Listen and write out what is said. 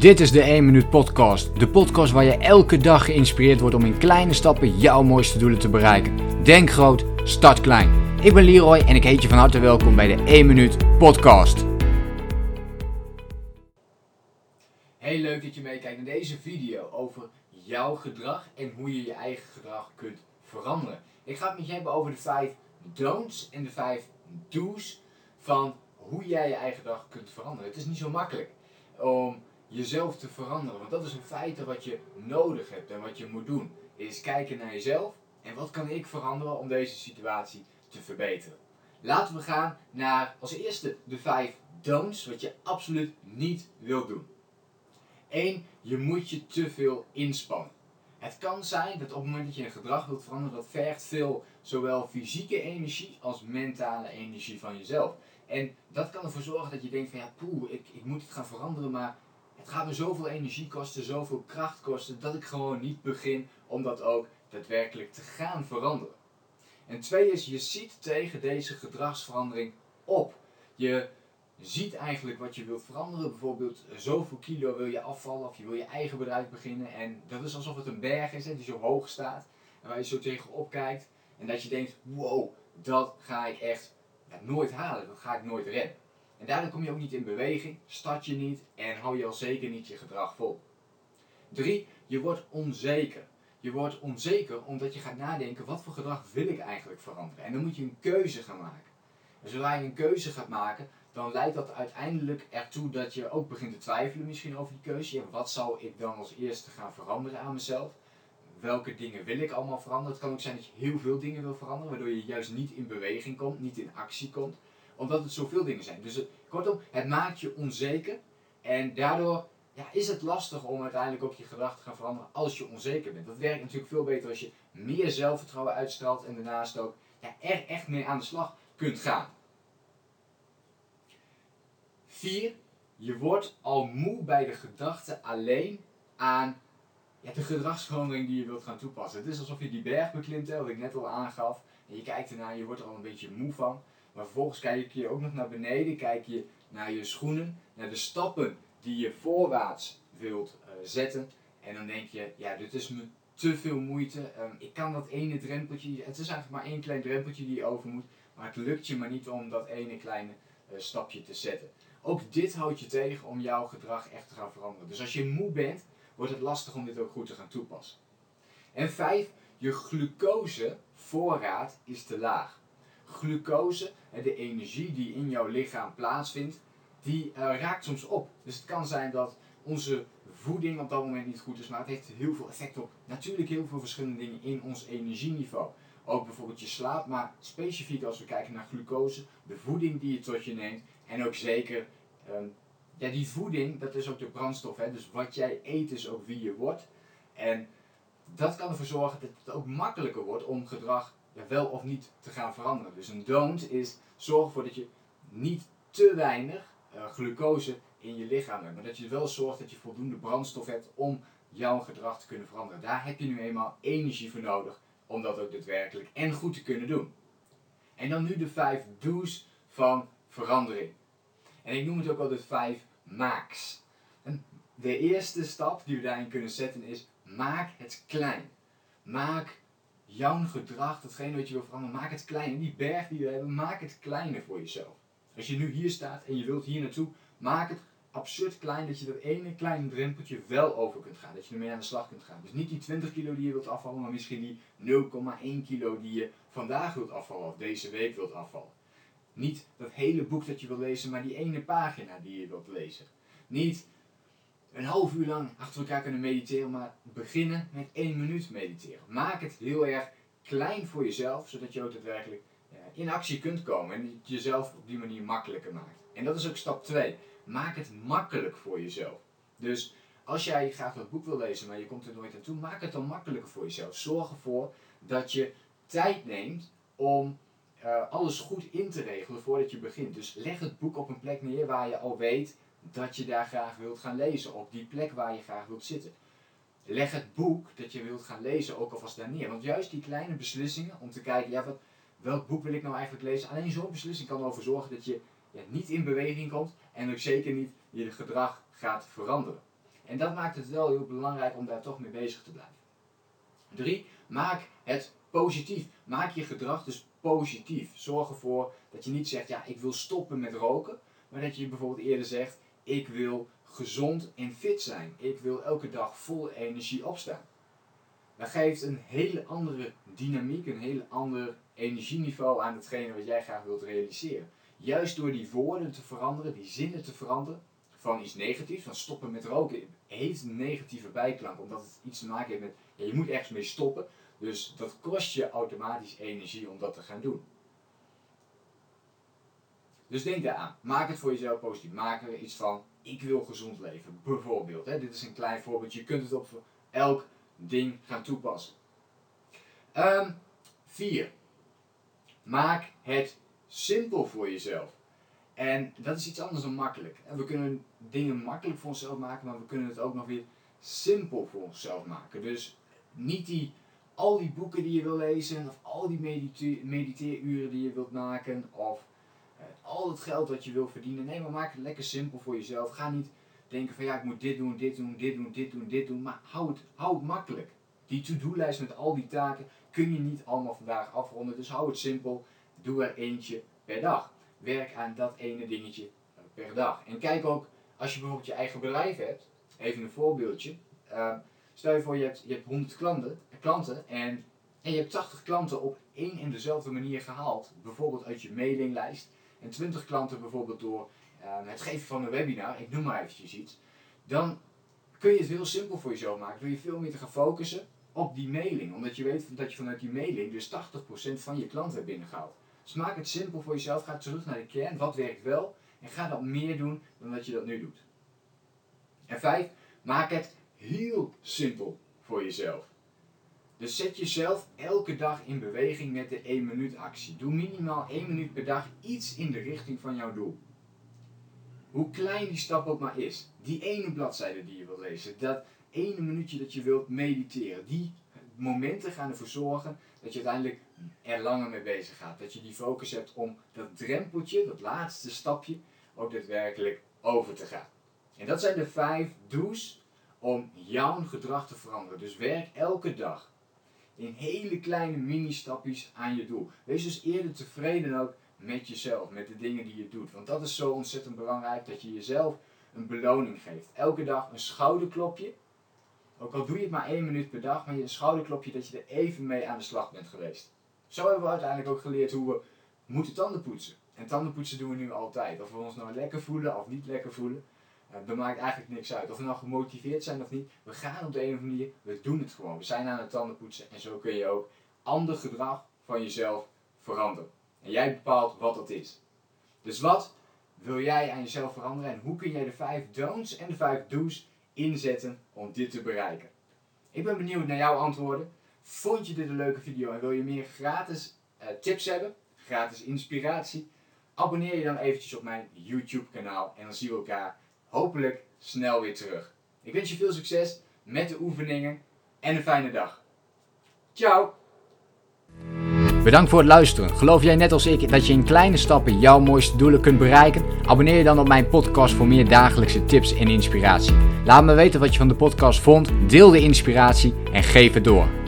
Dit is de 1 Minuut Podcast. De podcast waar je elke dag geïnspireerd wordt om in kleine stappen jouw mooiste doelen te bereiken. Denk groot, start klein. Ik ben Leroy en ik heet je van harte welkom bij de 1 Minuut Podcast. Heel leuk dat je meekijkt naar deze video over jouw gedrag en hoe je je eigen gedrag kunt veranderen. Ik ga het met je hebben over de 5 don'ts en de 5 do's van hoe jij je eigen gedrag kunt veranderen. Het is niet zo makkelijk om jezelf te veranderen, want dat is in feite wat je nodig hebt en wat je moet doen. Is kijken naar jezelf en wat kan ik veranderen om deze situatie te verbeteren. Laten we gaan naar als eerste de 5 don'ts wat je absoluut niet wilt doen. 1. Je moet je te veel inspannen. Het kan zijn dat op het moment dat je een gedrag wilt veranderen, dat vergt veel zowel fysieke energie als mentale energie van jezelf. En dat kan ervoor zorgen dat je denkt van ja, ik moet het gaan veranderen, maar het gaat me zoveel energie kosten, zoveel kracht kosten, dat ik gewoon niet begin om dat ook daadwerkelijk te gaan veranderen. En 2 is, je ziet tegen deze gedragsverandering op. Je ziet eigenlijk wat je wilt veranderen. Bijvoorbeeld zoveel kilo wil je afvallen of je wil je eigen bedrijf beginnen. En dat is alsof het een berg is die zo hoog staat. En waar je zo tegenop kijkt. En dat je denkt, wow, dat ga ik echt nooit halen. Dat ga ik nooit redden. En daardoor kom je ook niet in beweging, start je niet en hou je al zeker niet je gedrag vol. 3. Je wordt onzeker. Je wordt onzeker omdat je gaat nadenken, wat voor gedrag wil ik eigenlijk veranderen? En dan moet je een keuze gaan maken. En zodra je een keuze gaat maken, dan leidt dat uiteindelijk ertoe dat je ook begint te twijfelen misschien over die keuze. Ja, wat zou ik dan als eerste gaan veranderen aan mezelf? Welke dingen wil ik allemaal veranderen? Het kan ook zijn dat je heel veel dingen wil veranderen, waardoor je juist niet in beweging komt, niet in actie komt. Omdat het zoveel dingen zijn. Dus kortom, het maakt je onzeker en daardoor is het lastig om uiteindelijk ook je gedrag te gaan veranderen als je onzeker bent. Dat werkt natuurlijk veel beter als je meer zelfvertrouwen uitstraalt en daarnaast ook er echt mee aan de slag kunt gaan. 4. Je wordt al moe bij de gedachte alleen aan de gedragsverandering die je wilt gaan toepassen. Het is alsof je die berg beklimt, wat ik net al aangaf. En je kijkt ernaar, je wordt er al een beetje moe van. Maar vervolgens kijk je ook nog naar beneden, kijk je naar je schoenen, naar de stappen die je voorwaarts wilt zetten. En dan denk je, dit is me te veel moeite. Ik kan dat ene drempeltje, het is eigenlijk maar één klein drempeltje die je over moet. Maar het lukt je maar niet om dat ene kleine stapje te zetten. Ook dit houdt je tegen om jouw gedrag echt te gaan veranderen. Dus als je moe bent, wordt het lastig om dit ook goed te gaan toepassen. En 5, je glucosevoorraad is te laag. Glucose, de energie die in jouw lichaam plaatsvindt, die raakt soms op. Dus het kan zijn dat onze voeding op dat moment niet goed is, maar het heeft heel veel effect op natuurlijk heel veel verschillende dingen in ons energieniveau. Ook bijvoorbeeld je slaap, maar specifiek als we kijken naar glucose, de voeding die je tot je neemt en ook zeker die voeding, dat is ook de brandstof. Dus wat jij eet is ook wie je wordt. En dat kan ervoor zorgen dat het ook makkelijker wordt om gedrag wel of niet te gaan veranderen. Dus een don't is zorg ervoor dat je niet te weinig glucose in je lichaam hebt. Maar dat je wel zorgt dat je voldoende brandstof hebt om jouw gedrag te kunnen veranderen. Daar heb je nu eenmaal energie voor nodig om dat ook daadwerkelijk en goed te kunnen doen. En dan nu de 5 do's van verandering. En ik noem het ook altijd 5 maaks. En de eerste stap die we daarin kunnen zetten is, maak het klein. Maak jouw gedrag, datgene wat je wil veranderen, maak het klein. En die berg die we hebben, maak het kleiner voor jezelf. Als je nu hier staat en je wilt hier naartoe, maak het absurd klein dat je dat ene kleine drempeltje wel over kunt gaan. Dat je ermee aan de slag kunt gaan. Dus niet die 20 kilo die je wilt afvallen, maar misschien die 0,1 kilo die je vandaag wilt afvallen of deze week wilt afvallen. Niet dat hele boek dat je wilt lezen, maar die ene pagina die je wilt lezen. Niet een half uur lang achter elkaar kunnen mediteren, maar beginnen met 1 minuut mediteren. Maak het heel erg klein voor jezelf, zodat je ook daadwerkelijk in actie kunt komen en het jezelf op die manier makkelijker maakt. En dat is ook stap 2. Maak het makkelijk voor jezelf. Dus als jij graag dat boek wil lezen, maar je komt er nooit aan toe, maak het dan makkelijker voor jezelf. Zorg ervoor dat je tijd neemt om alles goed in te regelen voordat je begint. Dus leg het boek op een plek neer waar je al weet dat je daar graag wilt gaan lezen. Op die plek waar je graag wilt zitten. Leg het boek dat je wilt gaan lezen ook alvast daar neer. Want juist die kleine beslissingen om te kijken, welk boek wil ik nou eigenlijk lezen? Alleen zo'n beslissing kan ervoor zorgen dat je niet in beweging komt en ook zeker niet je gedrag gaat veranderen. En dat maakt het wel heel belangrijk om daar toch mee bezig te blijven. 3. Maak het positief. Maak je gedrag dus positief. Zorg ervoor dat je niet zegt, ja, ik wil stoppen met roken. Maar dat je bijvoorbeeld eerder zegt, ik wil gezond en fit zijn. Ik wil elke dag vol energie opstaan. Dat geeft een hele andere dynamiek, een heel ander energieniveau aan hetgene wat jij graag wilt realiseren. Juist door die woorden te veranderen, die zinnen te veranderen, van iets negatiefs, van stoppen met roken, heeft een negatieve bijklank, omdat het iets te maken heeft met, ja, je moet ergens mee stoppen, dus dat kost je automatisch energie om dat te gaan doen. Dus denk daaraan, maak het voor jezelf positief, maak er iets van, ik wil gezond leven, bijvoorbeeld. Dit is een klein voorbeeld, je kunt het op elk ding gaan toepassen. 4. Maak het simpel voor jezelf. En dat is iets anders dan makkelijk. We kunnen dingen makkelijk voor onszelf maken, maar we kunnen het ook nog weer simpel voor onszelf maken. Dus niet al die boeken die je wil lezen, of al die mediteeruren die je wilt maken, of al het geld dat je wil verdienen. Nee, maar maak het lekker simpel voor jezelf. Ga niet denken van ja, ik moet dit doen, dit doen, dit doen, dit doen, dit doen. Maar hou het makkelijk. Die to-do-lijst met al die taken kun je niet allemaal vandaag afronden. Dus hou het simpel. Doe er eentje per dag. Werk aan dat ene dingetje per dag. En kijk ook, als je bijvoorbeeld je eigen bedrijf hebt. Even een voorbeeldje. Stel je voor, je hebt 100 klanten en je hebt 80 klanten op één en dezelfde manier gehaald. Bijvoorbeeld uit je mailinglijst. En 20 klanten bijvoorbeeld door het geven van een webinar. Ik noem maar eventjes iets. Dan kun je het heel simpel voor jezelf maken. Door je veel meer te gaan focussen op die mailing. Omdat je weet dat je vanuit die mailing dus 80% van je klanten hebt binnengehaald. Dus maak het simpel voor jezelf. Ga terug naar de kern. Wat werkt wel? En ga dat meer doen dan dat je dat nu doet. En 5. Maak het heel simpel voor jezelf. Dus zet jezelf elke dag in beweging met de 1 minuut actie. Doe minimaal 1 minuut per dag iets in de richting van jouw doel. Hoe klein die stap ook maar is. Die ene bladzijde die je wilt lezen. Dat ene minuutje dat je wilt mediteren. Die momenten gaan ervoor zorgen dat je uiteindelijk er langer mee bezig gaat. Dat je die focus hebt om dat drempeltje, dat laatste stapje, ook daadwerkelijk over te gaan. En dat zijn de 5 do's om jouw gedrag te veranderen. Dus werk elke dag in hele kleine mini-stapjes aan je doel. Wees dus eerder tevreden ook met jezelf, met de dingen die je doet. Want dat is zo ontzettend belangrijk, dat je jezelf een beloning geeft. Elke dag een schouderklopje. Ook al doe je het maar 1 minuut per dag, maar een schouderklopje dat je er even mee aan de slag bent geweest. Zo hebben we uiteindelijk ook geleerd hoe we moeten tanden poetsen. En tandenpoetsen doen we nu altijd. Of we ons nou lekker voelen of niet lekker voelen. Dat maakt eigenlijk niks uit. Of we nou gemotiveerd zijn of niet. We gaan op de een of andere manier, we doen het gewoon. We zijn aan het tandenpoetsen en zo kun je ook ander gedrag van jezelf veranderen. En jij bepaalt wat dat is. Dus wat wil jij aan jezelf veranderen en hoe kun jij de 5 don'ts en de 5 do's inzetten om dit te bereiken? Ik ben benieuwd naar jouw antwoorden. Vond je dit een leuke video en wil je meer gratis tips hebben, gratis inspiratie? Abonneer je dan eventjes op mijn YouTube kanaal en dan zien we elkaar hopelijk snel weer terug. Ik wens je veel succes met de oefeningen en een fijne dag. Ciao! Bedankt voor het luisteren. Geloof jij net als ik dat je in kleine stappen jouw mooiste doelen kunt bereiken? Abonneer je dan op mijn podcast voor meer dagelijkse tips en inspiratie. Laat me weten wat je van de podcast vond, deel de inspiratie en geef het door.